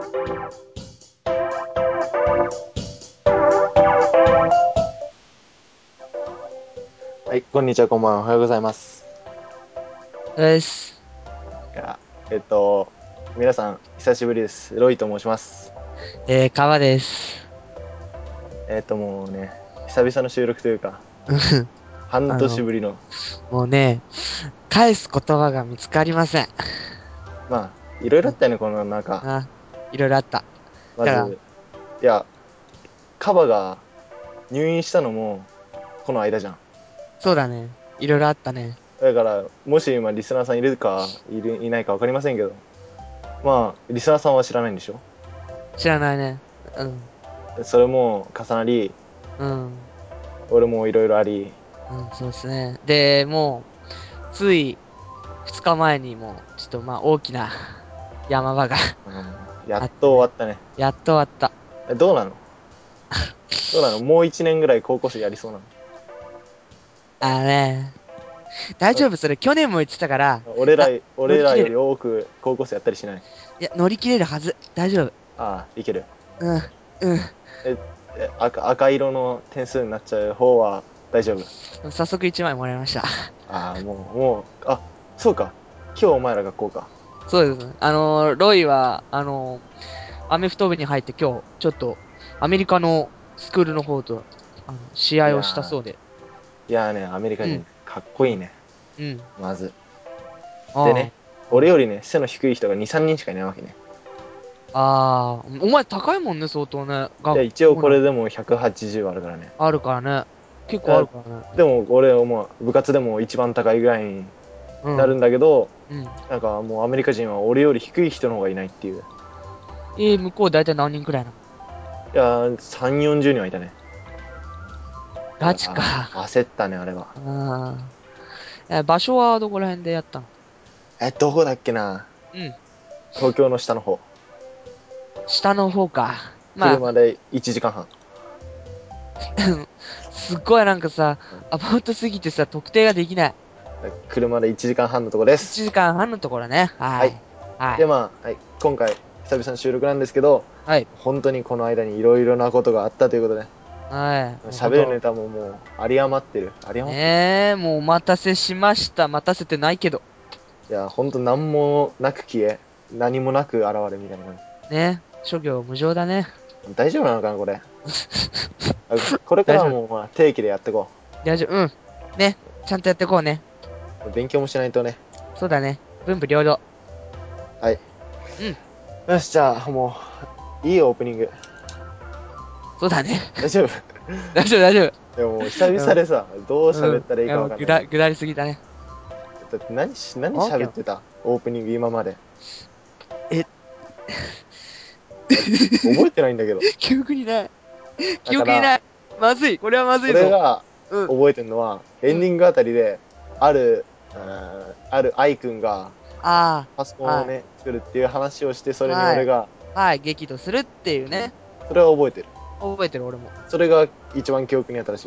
はい、こんにちは、こんばんは、おはようございます。 です。 いや、皆さん、久しぶりです。ロイと申します。 川です。 もうね、久々の収録というか、半あの、 年ぶりの、 もうね、返す言葉が見つかりません。 まあ、いろいろうん、 あったよね、この中。 あ、いろいろあった。だから、 まず、いや、カバが入院したのも、この間じゃん。 そうだね。いろいろあったね。 だから、もし今、リスナーさんいるか、いないか分かりませんけど、まあ、リスナーさんは知らないんでしょ？ 知らないね。うん。 それも重なり、 うん。 俺もいろいろあり、 うん、そうですね。で、もう、つい2日前にもちょっとまあ大きな山場がうん、やっあってね。 と終わったね。 やっと終わった。 どうなの？どうなの？もう1年ぐらい高校生やりそうなの？ あのね、大丈夫それ去年も言ってたから、 俺ら、俺らより乗り切れる。 多く高校生やったりしない？ いや、乗り切れるはず。大丈夫。 ああ、いける。 うん。うん。 え、赤色の点数になっちゃう方は大丈夫？ 早速1枚もらいました。 ああ、そうか。今日お前ら学校か。 そうですね。ロイは、アメフト部に入って今日、ちょっと、アメリカのスクールの方と、試合をしたいやそうで。 いやね、アメリカうん、 人、かっこいいね。 うん。 まず。であね、 あ、あ俺よりね、背の低い人が2、3人しかいないわけね。 あー、お前高いもんね、相当ね。 いや、 学一応校なの。 これでも180あるからね。 あるからね。結構あだるからね。 でも俺はもう部活でも一番高いぐらいになるんうん、 だけど、 うん。 なんかもうアメリカ人は俺より低い人の方がいないっていう。 向こう大体何人くらいなの？ いやー、3、40人はいたね。いガやチか。 ー、焦ったね、あれは。 ああ。場所はどこら辺でやったの？ どこだっけな？ うん。 東京の下の方。 下の方か。まあ、 車で1時間半。 すっごいなんかさ、アバウトすぎてさ、特定ができない。 車で1時間半のとこで 1 す。 時間半のところね。 はい。 はい。はで、 い。 まあ、はい、今回、久々の収録なんですけど、 はい。 本当にこの間にいろいろなことがあったということで、 はい。もうほん喋るネと。 タももう、有り余ってる。有り余ってる。 ねえ、もうお待たせしました。待たせてないけど。 いや、本当何もなく消え、何もなく現れみたいな。 ね。諸行無常だね。 大丈夫なのかな、これ。これか大丈夫。 らはもう、まあ、定期でやっていこ大丈夫。うん。ね。ちゃんとやっていこうね。 う。勉強もしないとね。 そうだね。文武両道。 はい。 うん。 よし、じゃあ、もう、いいオープニング。 そうだね。 大丈夫？ 大丈夫、大丈夫。 でももう久々でさ、どううん。 喋ったらいいいや、 かもうわかんないじゃん。 ぐだりすぎだね。 だって何オッケー。 喋ってたオープニング今まで。 え、 覚えてないんだけど。 記憶にない。 だから、 記憶にない。まずい。これはまずいぞ。 俺がうん。 覚えてるのは、エうん。 ンディングあたりで、ある、ある愛くんが、 あパソコあ。はい。 ンをね、作るっていう話をして、それにはい。 俺が、 はい。激怒するっていううん、 ね。 それは覚えてる。 覚えてる、俺も。 それが一番記憶に新しい。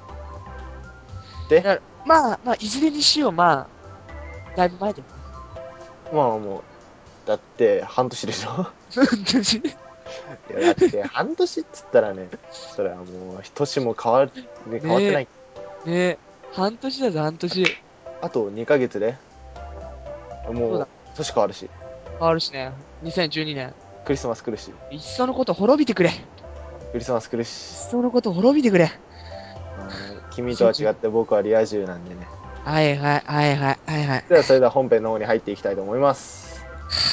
で、 だからまあ、いずれにしよう、まあ、だいぶ前だよね。 まあもう、だって半年でしょ？ 年いや、だって半年っつったらね、それはもう、年もね、変わってねえ、 ない。 ねえ、半年だぞ、半年。 あと2ヶ月で、 そうだ、 もう、年変わるし、 変わるしね。2012年。 クリスマス来るし、 いっそのこと滅びてくれ。 クリスマス来るいっし、 そのこと滅びてくれ。 君とは違っ 2012。 て僕はリア充なんでね。 はいはい、はいはい、はいはい。 では、それでは本編の方に入っていきたいと思います。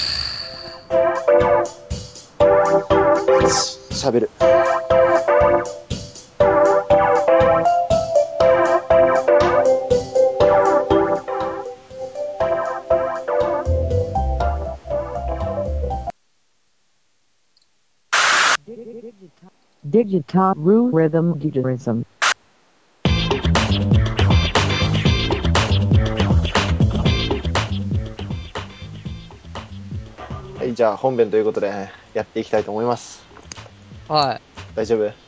喋る。 Digital rhythm guitarism. はい、じゃあ本編ということでやっていきたいと思います。 はい。 大丈夫？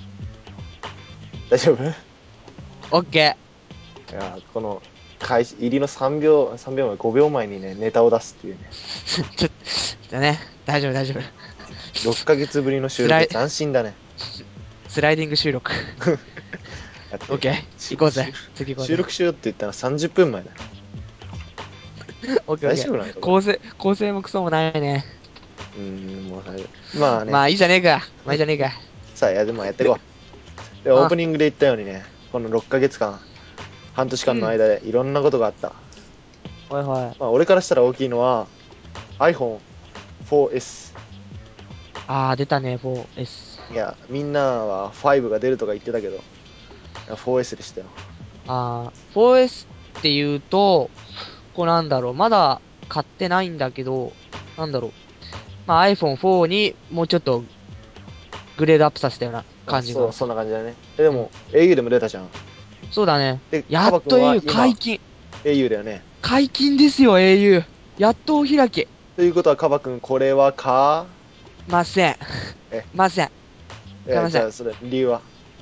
大丈夫？いオッケや、この開始入りの3秒前、5秒前にね、ネタを出すっていうね。 ー。ちょっとね、大丈夫、大丈夫。 6ヶ月ぶりの収辛い録、斬新だね。 スライディング収録。 だってオッケー。行こうぜ。次行こうぜ。 収録しようって言ったら30分前だよ。 オッケーオッケー。 大丈夫なのか構成もクソもないね。 もうさ、まあね、 まあいいじゃねえか。まあいいじゃねえか。 さあ、でもやっていこう。で、 あオープニングで言ったようにね、この6ヶ月間、半年間の間でいろんなことがあった。 はいはい。 まあ、俺からしたら大きいのは、iPhone 4S。 あー、出たね、4S。 いや、みんなは5が出るとか言ってたけど、いや 4S でしたよ。 4S って言うと、こうなんだろう、まだ買ってないんだけど、なんだろう。まあ iPhone4 にもうちょっとグレードアップさせたような感じが。 そんな感じだね。でも、au でも出たじゃん。 そうだね。 で、 やっとカバ君は au 今解禁。 au だよね。 解禁ですよ、au。やっとお開き。 ということは、カバ君、これはません。 えません。買いません。 じゃあ、それ、理由は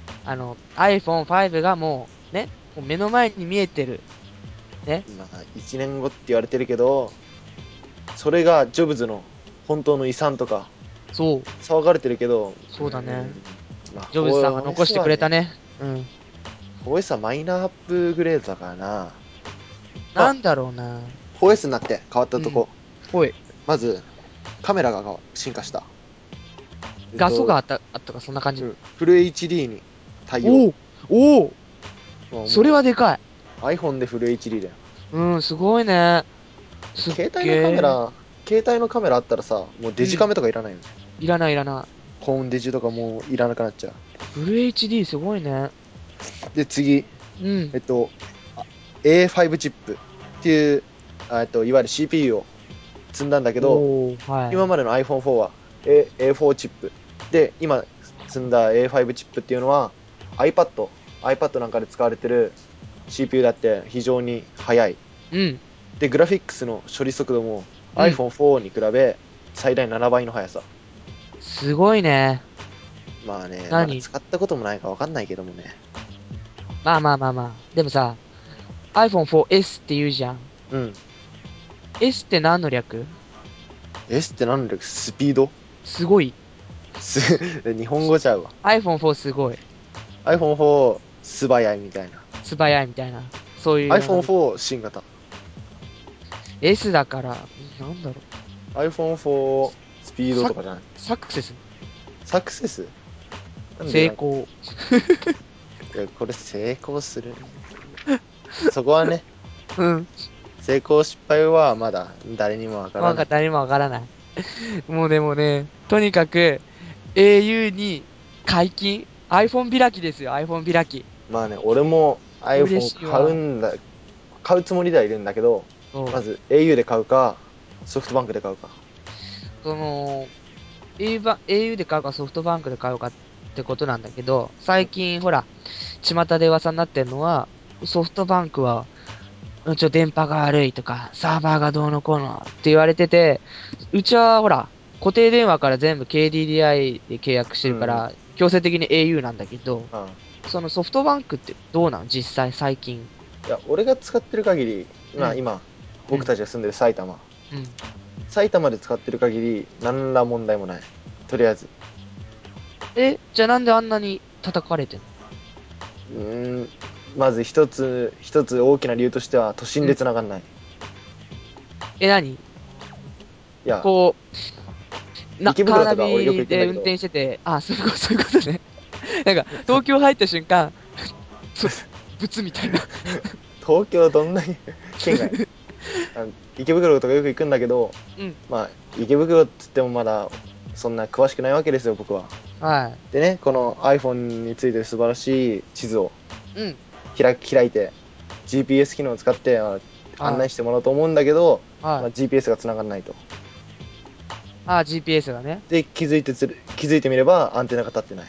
iPhone5 がもう、ね、もう目の前に見えてる。ね。 まあ、1年後って言われてるけど、それがジョブズの本当の遺産とか、 そう。 騒がれてるけど、 そうだね。 まあ、 ジョブズさんが残してくれたね。うん。 4S はマイナーアップグレードだからな。 なんだろうな。 4S になって変わったとこ。 ほい。 まず、カメラが進化した。 画素があったか、そんな感じ。 フル HD に対応。 おおおもうそれはでかい。 iPhone でフル HD だよ。 うん、すごいね。すっげー。 携帯のカメラあったらさ、もうデジカメとかいらないよね。 いらないいらない。 コーンデジとかもういらなくなっちゃう。 フル HD すごいね。 で、次、 うん。 あ A5 チップっていう、いわゆる CPU を積んだんだけど、 おー、はい。 今までの iPhone4 は A4 チップ。で、今積んだ A5 チップっていうのは iPad なんかで使われてる CPU だって非常に速い。 うん。 で、グラフィックスの処理速度もうん iPhone4 に比べ最大7倍の速さ。 すごいね。 まあね、まだ何使ったこともないかわかんないけどもね。 まあまあまあまあ。でもさ、iPhone4S って言うじゃん。 うん。 S って何の略？ S って何だっけ？スピードすごい。 日本語ちゃうわ。 iPhone4 すごい。 iPhone4 素早いみたいな。 素早いみたいな。そういうような。 iPhone4 新型。 S だから、なんだろ iPhone4 スピードサとかじゃない。 サクセス。 サクセスなんで成功。 いや、これ成功する。そこはね、 うん。 成功失敗はまだ誰にもわからない。 誰もわからない。もうでもね、とにかく、au に解禁 ?iPhone 開きですよ、iPhone 開き。 まあね、俺も嬉 iPhone しいわ。 買うつもりではいるんだけど、 そう。 まず au で買うか、ソフトバンクで買うか。 その、au で買うかソフトバンクで買うかってことなんだけど、最近ほら、巷で噂になってるのは、ソフトバンクは、電波が悪いとか、サーバーがどうのこうのって言われてて、うちはほら、固定電話から全部 KDDI で契約してるかうん。 ら、強制的に au なんだけど、 あそのソフトバンクってどうなん実際最近。 いや、俺が使ってる限り、まあうん今、僕たちが住んでる埼玉。 うん。 埼玉で使ってる限り、何ら問題もない。とりあえず。 じゃあなんであんなに叩かれてんの？ うーん、まず一つ大きな理由としては、都心で繋がんない。 何いや、 こカーナ池袋とか俺よく行くんだけど、 ビで運転してて、あ、そういうことね。なんか、東京入った瞬間、そう、ブツみたいな。 東京どんなに県外池袋とかよく行くんだけど、 うん。 まあ、池袋って言ってもまだ、そんな詳しくないわけですよ、僕は。 はでね、この iPhone について素晴らしい地図をい。うん。 開いて、GPS 機能を使って案内してもらおうと思うんだけど、まあ、 はい。 GPS が繋がらないと。 GPS がね。 で、気づいてみればアンテナが立ってない。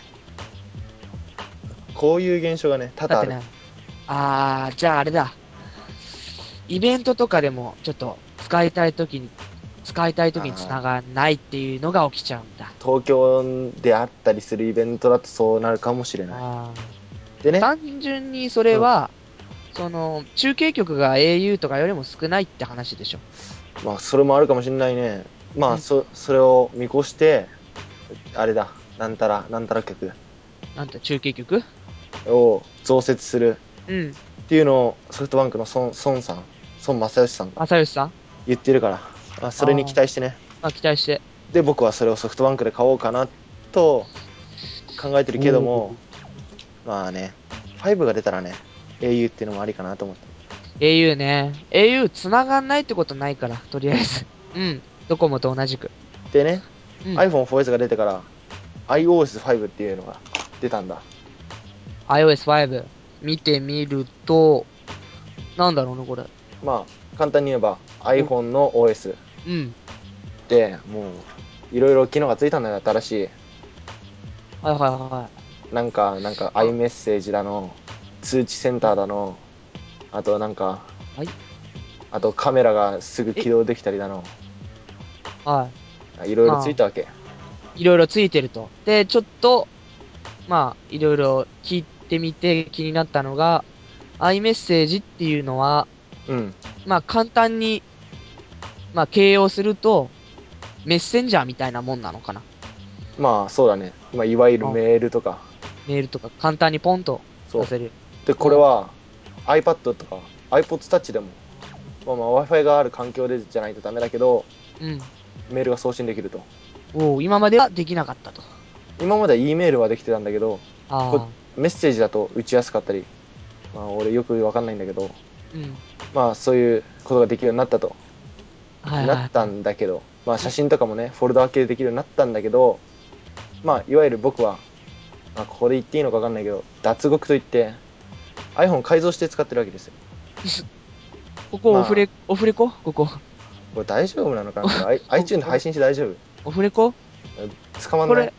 こういう現象がね、多々ある。 だってね。じゃああれだ。イベントとかでも、ちょっと、使いたい時に繋がらないっていうのが起きちゃうんだ。 東京であったりするイベントだとそうなるかもしれない。 あでね、 単純にそれは、中継局が au とかよりも少ないって話でしょ。 まあそれもあるかもしれないね。まあうん。 それを見越して、 あれだ、なんたら曲なんて、中継局を増設するうん。 っていうのをソフトバンクの孫正義さんが正義さん言ってるから、それに期待してね。 期待して。 で、僕はそれをソフトバンクで買おうかなと考えてるけども、まあね、5が出たらね、au っていうのもありかなと思って。 au ね。au 繋がんないってことないから、とりあえず。うん。ドコモと同じく。 でね、 うん。 iPhone4S が出てから iOS5 っていうのが出たんだ。 iOS5 見てみると、なんだろうね、これ。 まあ、簡単に言えば iPhone の OS うん。 でもう、いろいろ機能がついたんだよ、新しい。 はいはいはなんかあ iMessage だの、通知センターだの、あとはい。 あとカメラがすぐえ、 起動できたりだの、 はいろいろついまあ、 たわけ。 いろいろついてると。で、ちょっと、いろいろ聞いてみて気になったのが、iMessage っていうのは、 うん。 簡単に、形容すると、メッセンジャーみたいなもんなのかな。 まあ、そうだね。まあ、いわゆるあメールとか。 メールとか簡単にポンと出そせる。 う。で、これうん。 は iPad とか iPod Touch でも、Wi-Fi がある環境でじゃないとダメだけど、 うん。 メールが送信できると。 今まではできなかったと。 今までは E メールはできてたんだけど、 ああ。 メッセージだと打ちやすかったり、俺よくわかんないんだけど、 うん。 そういうことができるようになったと。 はいはいはなったんだけど、写い。 真とかもね、フォルダ分けでできるようになったんだけど、いわゆる僕は、ここで言っていいのかわかんないけど、脱獄といって、iPhone 改造して使ってるわけですよ。 ここまあ、 オフレコここ。 これ大丈夫なのかなこれ、iTunes で配信して大丈夫？ オフレコ捕まんない？ これ、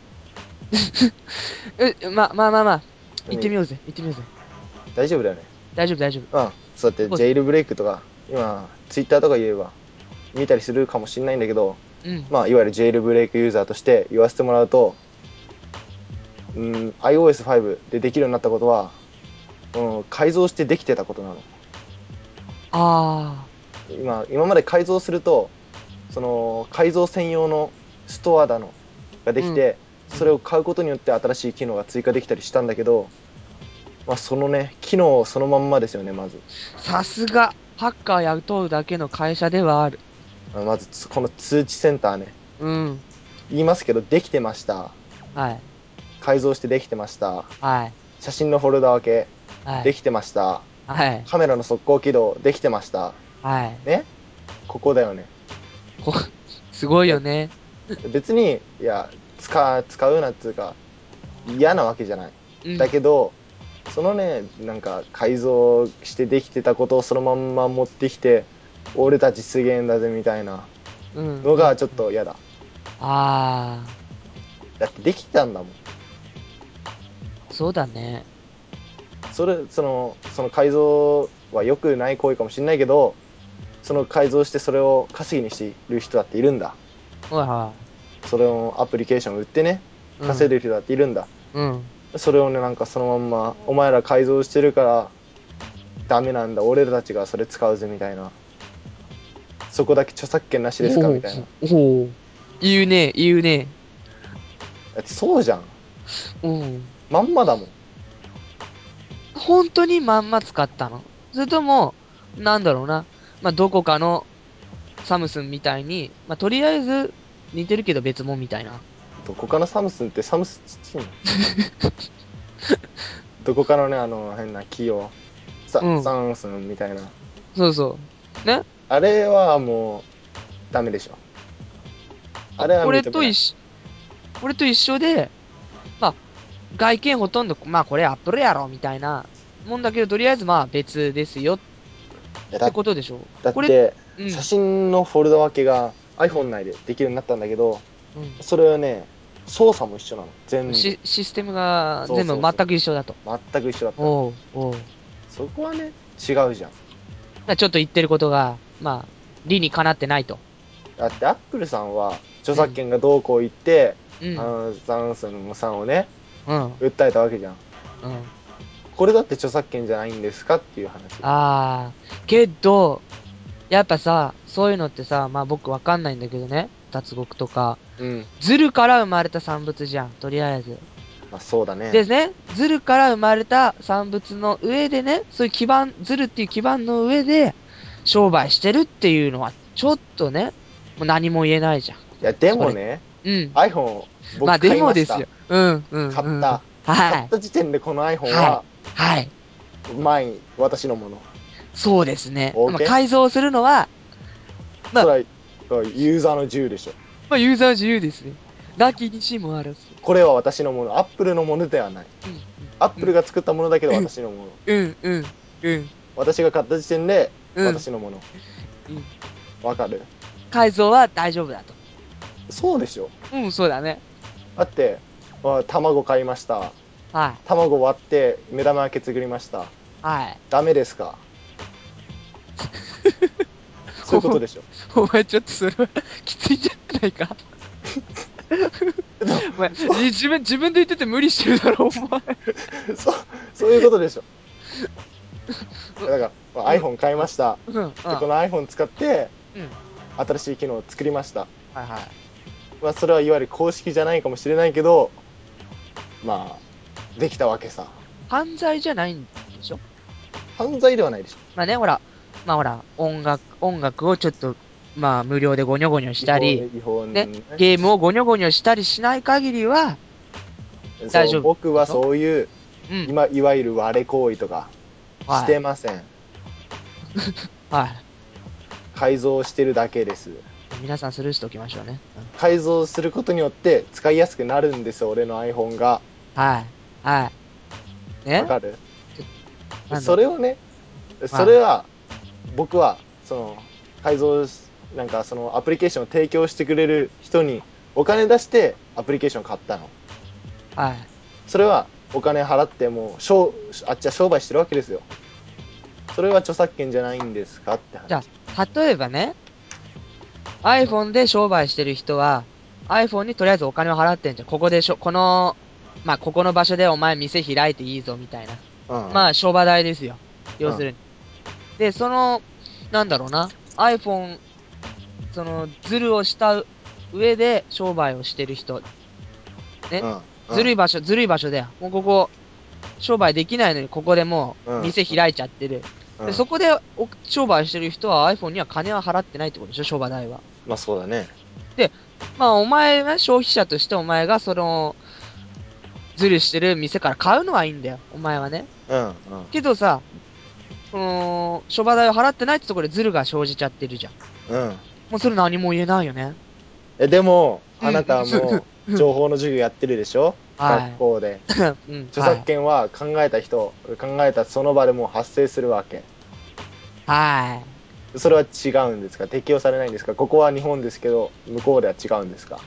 行って何？ みようぜ。行ってみようぜ。 大丈夫だよね。 大丈夫大丈夫。 そうやって行こうぜ。 ジェイルブレイクとか、今、Twitter とか言えば、見たりするかもしれないんだけど、 うん。 いわゆるジェイルブレイクユーザーとして言わせてもらうと、iOS5 でできるようになったことは、改造してできてたことなの。 あ今まで改造すると、その改造専用のストアだのがでうん。 きて、それを買うことによって新しい機能が追加できたりしたんだけど、そのね、機能そのまんまですよね、まず。 さすが、ハッカー雇うだけの会社ではある。 まず、この通知センターね。 うん。 言いますけど、できてました。 はい。 改造してできてました。 はい。 写真のフォルダ分け、 はい。 できてました。 はい。 カメラの速攻起動、できてました。 はい。 ね、ここだよね。 こ、すごいいや、 よね。 別に、使うなっていうか、嫌なわけじゃない。 うん。 だけど、そのね、改造してできてたことをそのまんま持ってきて、俺たちすげえんだぜみたいなうん。うん。 のがちょっと嫌だ。 あだってできたんだもん。 そうだね。 その改造は良くない行為かもしれないけど、その改造してそれを稼ぎにしている人だっているんだ。 はいはそれをアプリケーション売ってね、 い。うん。 稼いでる人だっているんだ。 うん。 それをね、そのまんま、お前ら改造してるからダメなんだ、俺らたちがそれ使うぜみたいな。そこだけ著作権なしですかおお、 みたいな。 おお。言うね、言うね。 だってそうじゃん。 うん。 まんまだもん。 本当にまんま使ったのそれとも、なんだろうな。どこかのサムスンみたいに、とりあえず似てるけど別物みたいな。 どこかのサムスンってサムスンっつうの？どこかのね、変な企業。 うん。 サムスンみたいな。 そうそう。ね。 あれはもう、ダメでしょ。あれはこれ認めない。 とこれと一緒で、まあ、外見ほとんど、これアップルやろ、みたいなもんだけど、とりあえず別ですよっていやことでしょこれ、 だって、写うん、 真のフォルダ分けがう iPhone ん、 内でできるようになったんだけど、 うん。 それはね、操作も一緒なの。全部。 システムが全部全そうそうそう。 く一緒だと。 全く一緒だった。 おう、おう。 そこはね、違うじゃん。 ちょっと言ってることが、理にかなってないと。 だって、アップルさんは、著うん、 作権がどうこう言って、 うん、 サムスンさんをね、 うん、 訴えたわけじゃん。 うん。 これだって著作権じゃないんですかっていう話。 あけど、 やっぱさ、そういうのってさ、まあ僕わかんないんだけどね。脱獄とか。 うん。 ズルから生まれた産物じゃん、とりあえず。 まあそうだね。 でね、ズルから生まれた産物の上でね、そういう基盤、ズルっていう基盤の上で、商売してるっていうのは、ちょっとね、もう何も言えないじゃん。 いや、でもね、 うん。 iPhone 僕まあで買いましたもですよ。。うん、うん、うん。 買った。 はい。 買った時点でこの iPhone はいは、。 はい。 私のもの。 そうですね。まあ OK？ 改造するのは、まあ、 それはユーザーの自由でしょ。 まあユーザー自由ですね。なきにしもあらず。 これは私のもの。Apple のものではない。 うん、うん、 Apple が作ったものだけどうん、 私のもの。 うん、うん、うん、 私が買った時点でうん、 私のもの。 うん。 わかる？ 改造は大丈夫だと。 そうでしょ。 うん、そうだね。 だって、卵買いました。 はい。 卵割って目玉焼き作りました。 はい。 ダメですか？そういうことでしょ。 お前ちょっとそれはきついんじゃないか。お前、自分で言ってて無理してるだろ、お前。 そう、そういうことでしょ。だから、 うん、 iPhone 買いました。 うん、うん、 で、この iPhone 使って、 うん。 新しい機能を作りました。 はいはい。 まあ、それはいわゆる公式じゃないかもしれないけど、まあ、できたわけさ。 犯罪じゃないんでしょ？ 犯罪ではないでしょ。 まあね、ほら、まあほら、音楽をちょっと、まあ無料でゴニョゴニョしたり、 違法ね、 ね。 ゲームをゴニョゴニョしたりしない限りは大そう、 丈夫僕はでしょ？ そういう、 うん。 いわゆる割れ行為とか、しはい。 てません。 は改造してるだけです。 い。皆さんスルーしておきましょうね。うん。 改造することによって使いやすくなるんですよ、俺の iPhone が。 はい。はい。ね？ わかる？ ちょなんだろそれをね、 う。はい。 それは、僕は、改造し、なんかそのアプリケーションを提供してくれる人にお金出してアプリケーション買ったの。 はい。 それはお金払ってもあっちは商売してるわけですよ。それは著作権じゃないんですかってじゃ話。 あ、例えばね、iPhone で商売してる人は、iPhone にとりあえずお金を払ってんじゃん。ここでこの、まあ、ここの場所でお前店開いていいぞ、みたいな。 うんうん。 まあ、商売代ですよ。 うん。 要するに。で、なんだろうな。iPhone、ズルをした上で商売をしてる人。ね。 うん。うん。 ずるい場所だよ。もうここ、商売できないのに、ここでもう、 うん。 店開いちゃってる。で、 うん。 そこで商売してる人は iPhone には金は払ってないってことでしょ、商売代は。 まあそうだね。 で、まあ、お前は消費者としてお前がズルしてる店から買うのはいいんだよ。お前はね。 うん。うん。 けどさ、商売代を払ってないってところでズルが生じちゃってるじゃん。 うん。 もうそれ何も言えないよね。 でも、 うん、 あなたはもう、 うん、 情報の授業やってるでしょ？学はい。 校で。 うん、 著作はい。 権は考えたその場でもう発生するわけ。 はい。 それは違うんですか？適用されないんですか？ここは日本ですけど、向こうでは違うんですか？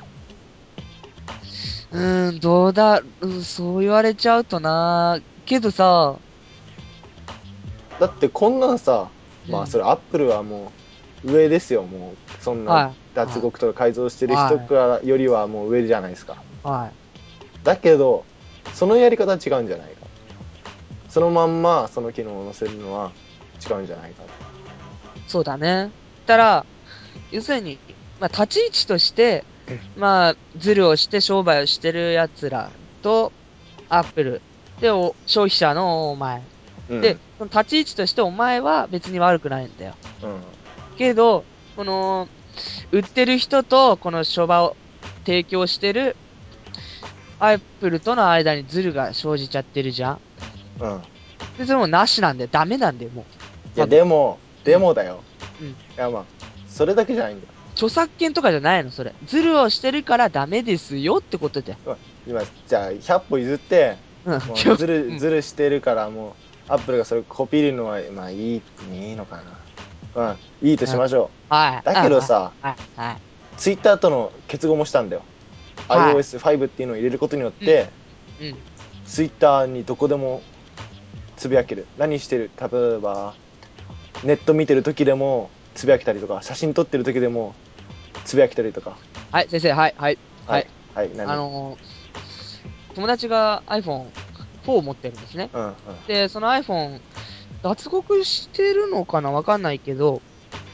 どうだ、そう言われちゃうとな。けどさ、 だってこんなんさ、まあそうん、 れアップルはもう上ですよ、もう。そんなはい、はい、 脱獄とか改造してる人はい、 からよりはもう上じゃないですか。 はい。 だけど、そのやり方は違うんじゃないか。そのまんまその機能を載せるのは違うんじゃないか。 そうだね。たら、要するに、まあ、立ち位置として、まあ、ズルをして商売をしてる奴らと、アップル。で、消費者のお前。で、 うん。 その立ち位置としてお前は別に悪くないんだよ。 うん。 けど、売ってる人と、この商売を提供してるアップルとの間にズルが生じちゃってるじゃん。 うん。 で、それもなしなんだよ。ダメなんだよ、もう。 いや、 多分。うん。 でもだよ。 うん。 いや、まあ、それだけじゃないんだよ。 著作権とかじゃないの、それ。ズルをしてるからダメですよってことだよ。 まあ今、じゃあ、100歩譲って、 うん。 もううん。 ずるしてるからもうアップルがそれコピるのはまあいいのかな。まあいいとうん。 しましょはい。 う。だうん。はい。 けどさ、 はい。はい。 ツイッターとの結合もしたんだよ。 はい。 iOS5 っていうのを入れることによっうん。 てうん。 ツイッターにどこでもつぶやける。何してる？例えばネット見てる時でもつぶやけたりとか、写真撮ってる時でもつぶやけたりとか。 はい、先生、はい、はい、 はい。 はい。 はい。何？ 友達が iPhone4 を持ってるんですね。 うんうんで、その iPhone、脱獄してるのかなわかんないけど、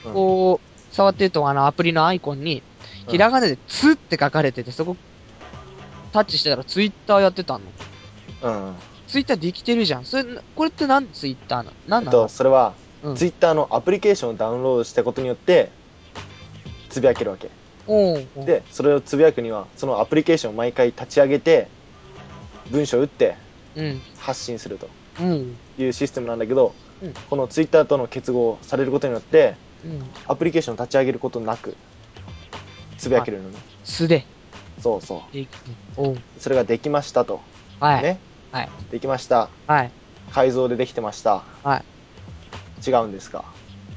うんこう、触ってるとアプリのアイコンに、 うんひらがなでツって書かれてて、そこ、タッチしてたらツイッターやってたの。 うん。 ツイッターできてるじゃん。これってなんでツイッターなんなのそれは、 うん。 ツイッターのアプリケーションをダウンロードしたことによって、つぶやけるわけ。 おうおう、 で、それをつぶやくには、そのアプリケーションを毎回立ち上げて、文章を打ってうん。 発信するとうん。 いうシステムなんだけど、 うんこのツイッターとの結合されることによって、 うん。 アプリケーションを立ち上げることなく、つぶやけるのね。 素で。 そうそできて。おう。 う。それができましたと。 はい。 ね。 はい。 できました。 はい。 改造でできてました。 はい。 違うんですか。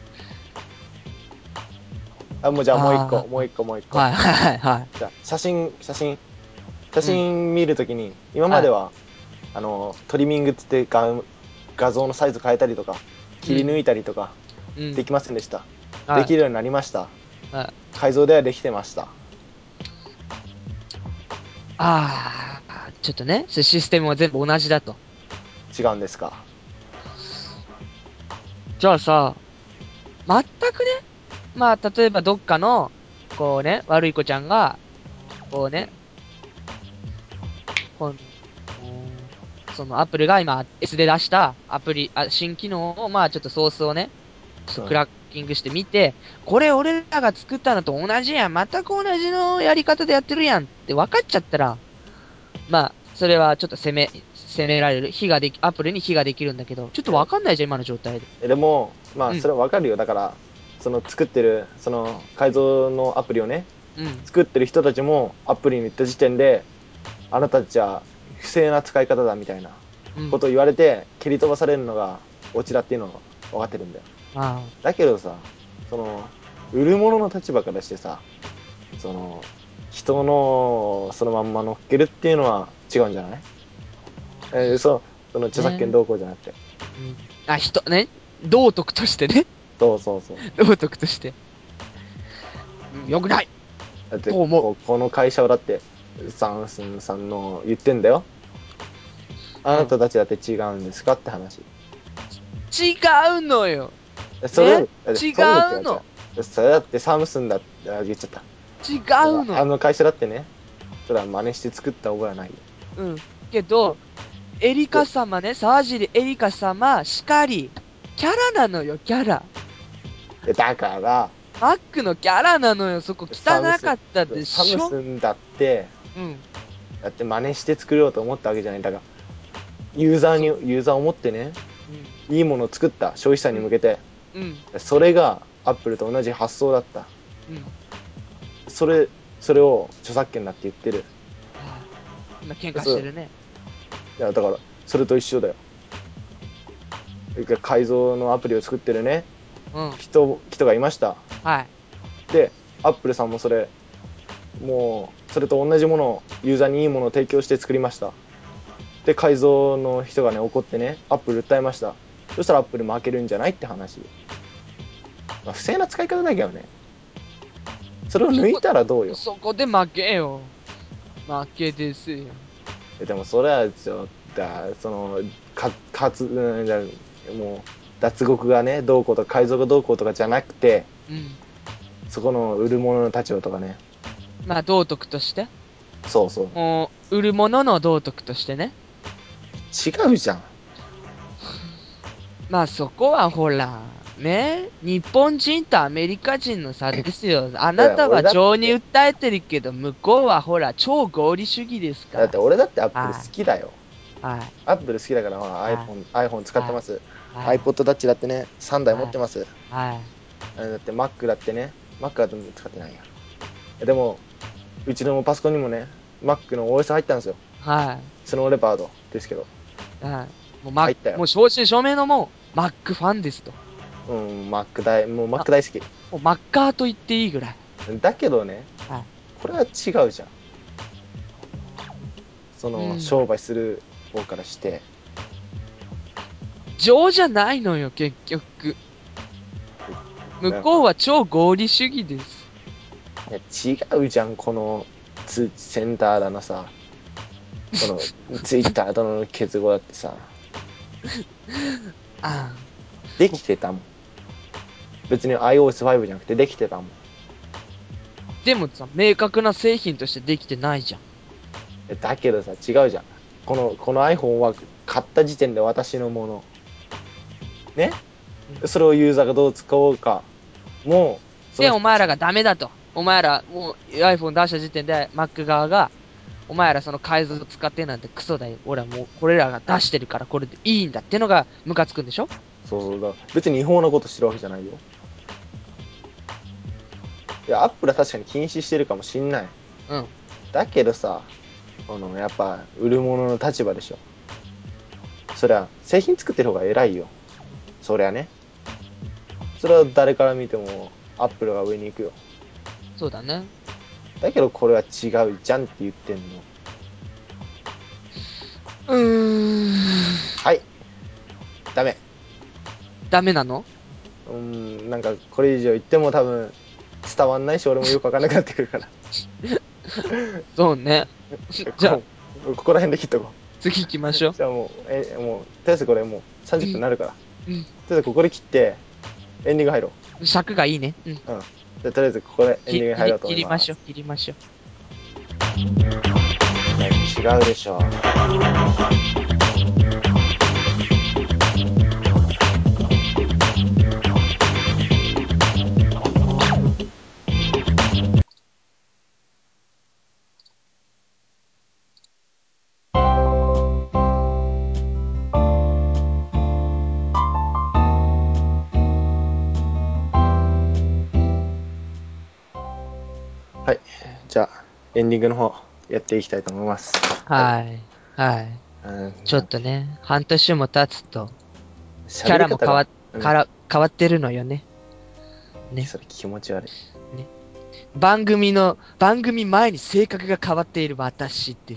もうじゃあもう一個、 あーもう一個、もう一個。 はい。はい。はい。 じゃあ写真見るときに、今までは、トリミングって言って画像のサイズ変えたりとか、切り抜いたりとか、 うん。 できませんでした。 はいできるようになりました。 はい。 改造ではできてました。 ちょっとね、そういうシステムは全部同じだと。 違うんですか。 じゃあさ、全くね、まあ、例えばどっかの、こうね、悪い子ちゃんが、こうね、この、そのアップルが今 S で出したアプリ、新機能を、まあちょっとソースをね、ちょっとクラッキングしてみて、これ俺らが作ったのと同じやん、全く同じのやり方でやってるやんって分かっちゃったら、まあ、それはちょっと責められる。アプリに非ができるんだけど、ちょっと分かんないじゃん、今の状態で。 でも、まあ、 うんそれはわかるよ。だから、その作ってる、その改造のアプリをね、 うん。 作ってる人たちもアプリに行った時点で、あなたたちは不正な使い方だみたいなうんことを言われて、蹴り飛ばされるのがオチだっていうのは分かってるんだよ。 あだけどさ、その、売る者の立場からしてさ、その、人のそのまんま乗っけるっていうのは違うんじゃない？そのあ、 著作権ね。 どうこうじゃなくて。 うん。ね。道徳としてね。 そうそうそう。 道徳として。うん、よくないだってと思う。 この会社はだってサムスンさんの言ってんだよ。あなたたちだって違うんですかって話。 違うのよ。 それだねって違そうだってやっちゃうの。 う。それだってサムスンだって言っちゃった。 違うの。 あの会社だってね、それは真似して作った覚えはないよ。 うん。けど、エリカ様ね、沢尻エリカ様、しかり、キャラなのよ、キャラ。 だからマックのキャラなのよ、そこ汚かったでサムしょ？ スンだってうん。 だって真似して作ろうと思ったわけじゃない。だからユーザーを持ってね、 うん。 いいものを作った消費者に向けて、 うん。 それがアップルと同じ発想だった。 うん。 それを著作権だって言ってる。 はい。今喧嘩そうしてるね。 いやだからそれと一緒だよ。改造のアプリを作ってるね、 うん。 人がいました。 はい。 でアップルさんもそれと同じものをユーザーにいいものを提供して作りました。で改造の人がね怒ってねアップル訴えました。そしたらアップル負けるんじゃないって話。まあ、不正な使い方だけどね。それを抜いたらどうよ。 そこで負けよ。負けですよ。 でもそれはちょっとそのもう脱獄がねどうこうとか改造がどうこうとかじゃなくて、 うん。 そこの売る者の立場とかね。 まあ、道徳として。 そうそう。 もう、売るものの道徳としてね。 違うじゃん。 まあそこはほら、ね、日本人とアメリカ人の差ですよ。あなたは俺だって情に訴えてるけど、向こうはほら、超合理主義ですか俺だってアップル好ら。 きだよ。 はい。はい。 アップル好きだから、まあ、 はい。 iPhone 使ってます。 はい。 iPod Touch だってね、3台持ってます。 はい。 だって Mac だってね、Mac は使ってないや。でも、うちのパソコンにもね、Mac の OS 入ったんですよ。 はスノーレパードですけど。 い。はい。 入ったよ。 もう正真正銘のもう、マックファンですと。 うん、もうあ、 Mac 大好き。 もうマッカーと言っていいぐらい。 だけどね、 はこれは違うじゃん。そい。うの、 ん。 商売する方からして。 情じゃないのよ、結局。向こうは超合理主義です。 いや違うじゃん、この通知センターだのさ、このツイッターとの結合だってさ、 ああ。 できてたもん。 別に iOS5 じゃなくてできてたもん。 でもさ、明確な製品としてできてないじゃん。 だけどさ、違うじゃん。この iPhone は買った時点で私のもの。ね、それをユーザーがどう使おうか。もう、 で、お前らがダメだと。お前ら、もう iPhone 出した時点で Mac 側が、お前らその改造使ってなんてクソだよ。俺はもうこれらが出してるからこれでいいんだってのがムカつくんでしょ？ そうそうだ。別に違法なことしてるわけじゃないよ。いや、アップルは確かに禁止してるかもしんない。 うん。 だけどさ、やっぱ、売る者の立場でしょ。そりゃ、製品作ってる方が偉いよ。そりゃね。それは誰から見ても、アップルが上に行くよ。 そうだね。 だけどこれは違うじゃんって言ってんの。はい。ダメ。 ダメなの？ なんかこれ以上言っても多分伝わんないし、俺もよくわかんなくなってくるから。 そうね。じゃあ、 ここら辺で切っとこ次行きましょう。じゃあもう、とりあえずこれもう30分になるから。 う。うん。 とりあえずここで切って、エンディング入ろ尺がいいね。うん。 う。じゃあとりあえずここでエンディングに入ろうと思います。 切りましょう。 違うでしょ。はい。じゃあ、エンディングの方、やっていきたいと思います。 はい。はい。ちょっとね、半年も経つと、キャ喋り方が、 変わってるのよね。ね。 それ気持ち悪い。 番組前に性格が変わっている私です。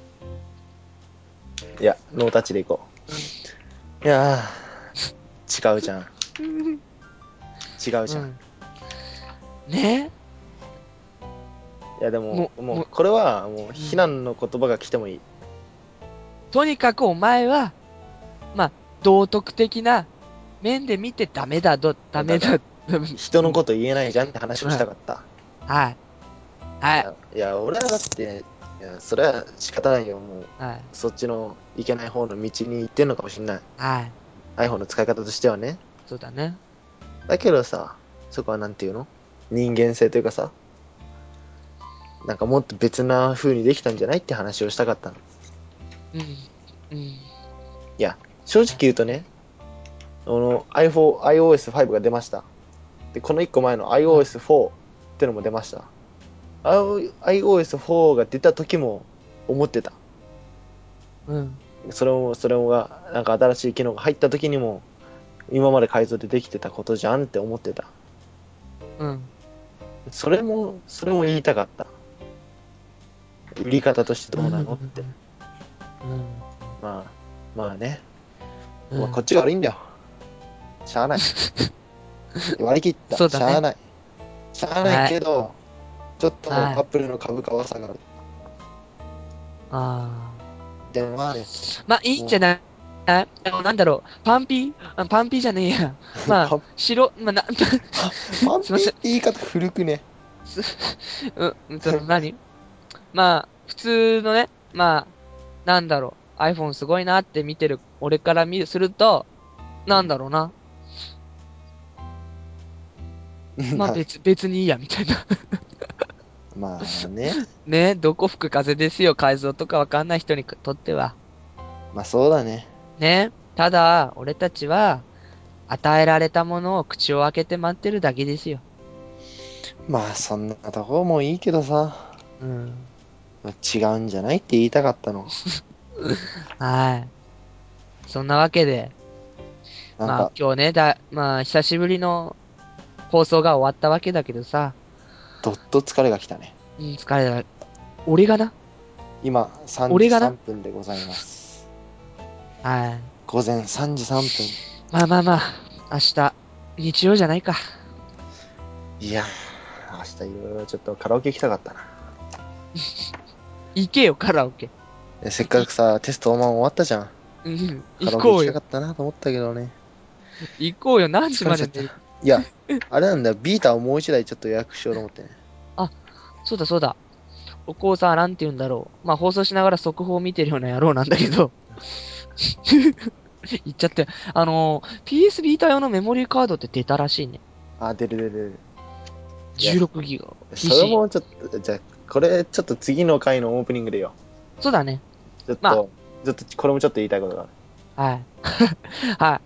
いや、ノータッチでいこう。いやー、違うじゃん。違うじゃん。 うん。ねいや、でも、 もうこれは、もう、非難の言葉が来てもいい。 とにかくお前は、まあ、道徳的な面で見てダメだ。 人のこと言えないじゃんって話をしたかった。 はい。はい。 いや、俺はだって、いや、それは仕方ないよ。もう、 はい。 そっちのいけない方の道に行ってんのかもしんない。 はい。 iPhone の使い方としてはね。 そうだね。 だけどさ、そこはなんていうの、人間性というかさ、なんかもっと別な風にできたんじゃないって話をしたかったの。 うん。うん。 いや、正直言うとね、iOS5 が出ました。で、この1個前の iOS4 ってのも出ました。iOS4 が出た時も思ってた。 うん。 それもが、なんか新しい機能が入った時にも、今まで改造でできてたことじゃんって思ってた。 うん。 それも言いたかった。売り方としてどうなのって。 うん。 まあね。 うん。 こっちが悪いんだよ。しゃあない。割り切った。 そうだね。 しゃあない。しゃあないけど、ちょっとはい。 アップルの株価は下がる。 あでもまあね。 まあ、いいんじゃない？なんだろう。パンピーじゃねえや。まあ、 パンすいません。 ピーって言い方古くね。 す、何まあ、普通のね、まあ、なんだろう。iPhone すごいなって見てる、俺からすると、なんだろうな。まあ別にいいや、みたいな。 まあね。 ね、どこ吹く風ですよ、改造とかわかんない人にとっては。 まあそうだね。 ね。ただ、俺たちは、与えられたものを口を開けて待ってるだけですよ。 まあそんなとこもいいけどさ。 うん。 違うんじゃないって言いたかったの。 はい。そんなわけで、まあなんか、 今日ね、まあ久しぶりの放送が終わったわけだけどさ、 どっと疲れが来たね。 疲れた。俺がな今、3時俺がな 3分でございます。 はい。 午前3時3分。 まあ、明日、日曜じゃないか。 いやー、明日いろいろちょっとカラオケ行きたかったな。 行けよ、カラオケ。 せっかくさ、テスト終わったじゃん。 うん、 カラオケ行行こうよ。 きたかったなと思ったけどね。 行こうよ、何時疲れちゃった。 まで寝る。 いや、あれなんだよ、ビータをもう一台ちょっと予約しようと思ってね。 そうだそうだ。お子さん、なんて言うんだろう。まあ、放送しながら速報を見てるような野郎なんだけど。言っちゃって。PS ビータ用のメモリーカードって出たらしいね。 あ、出る出る出る。いや 16ギガ。 それ PC。 もちょっと、じゃあ、これちょっと次の回のオープニングでよ。 そうだね。 ちょっと、 まあこれもちょっと言いたいことがある。 はい。はい。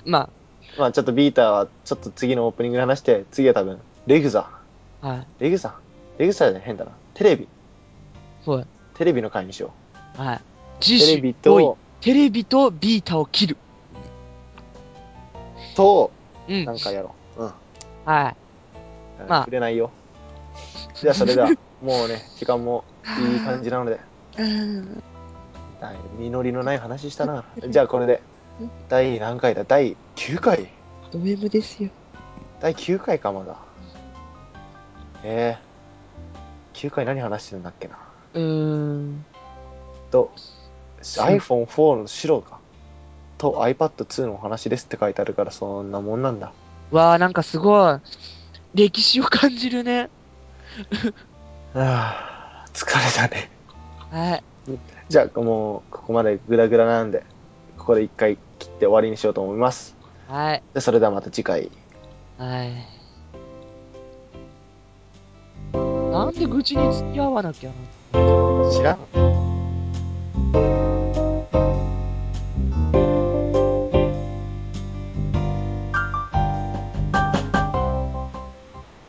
ままあちょっとビータはちょっと次のオープニングで話して、次は多分、レグザ。 あ、はい。 レグザレグザで変だな。テレビ。 そうや。 テレビの回にしよはい。 う。 次テレビ週、おいと、 テレビとビータを切る。うん。 なんかやろう。うん。 はい。まあ触れないよ。じゃあそれでは、もうね、時間もいい感じなので、実りのない話したな。じゃあこれで、第何回だ第9回ド M ですよ。 第9回かまだ。9回何話してるんだっけな。 うーん。 iPhone4 の白か。と iPad2 のお話ですって書いてあるからそんなもんなんだ。 わあ、なんかすごい、歴史を感じるね。 疲れたね。 はい。 じゃあもうここまでグダグダなんで、ここで一回切って終わりにしようと思います。 はい。 でそれではまた次回。 はい。なんで愚痴に付き合わなきゃな。 知らん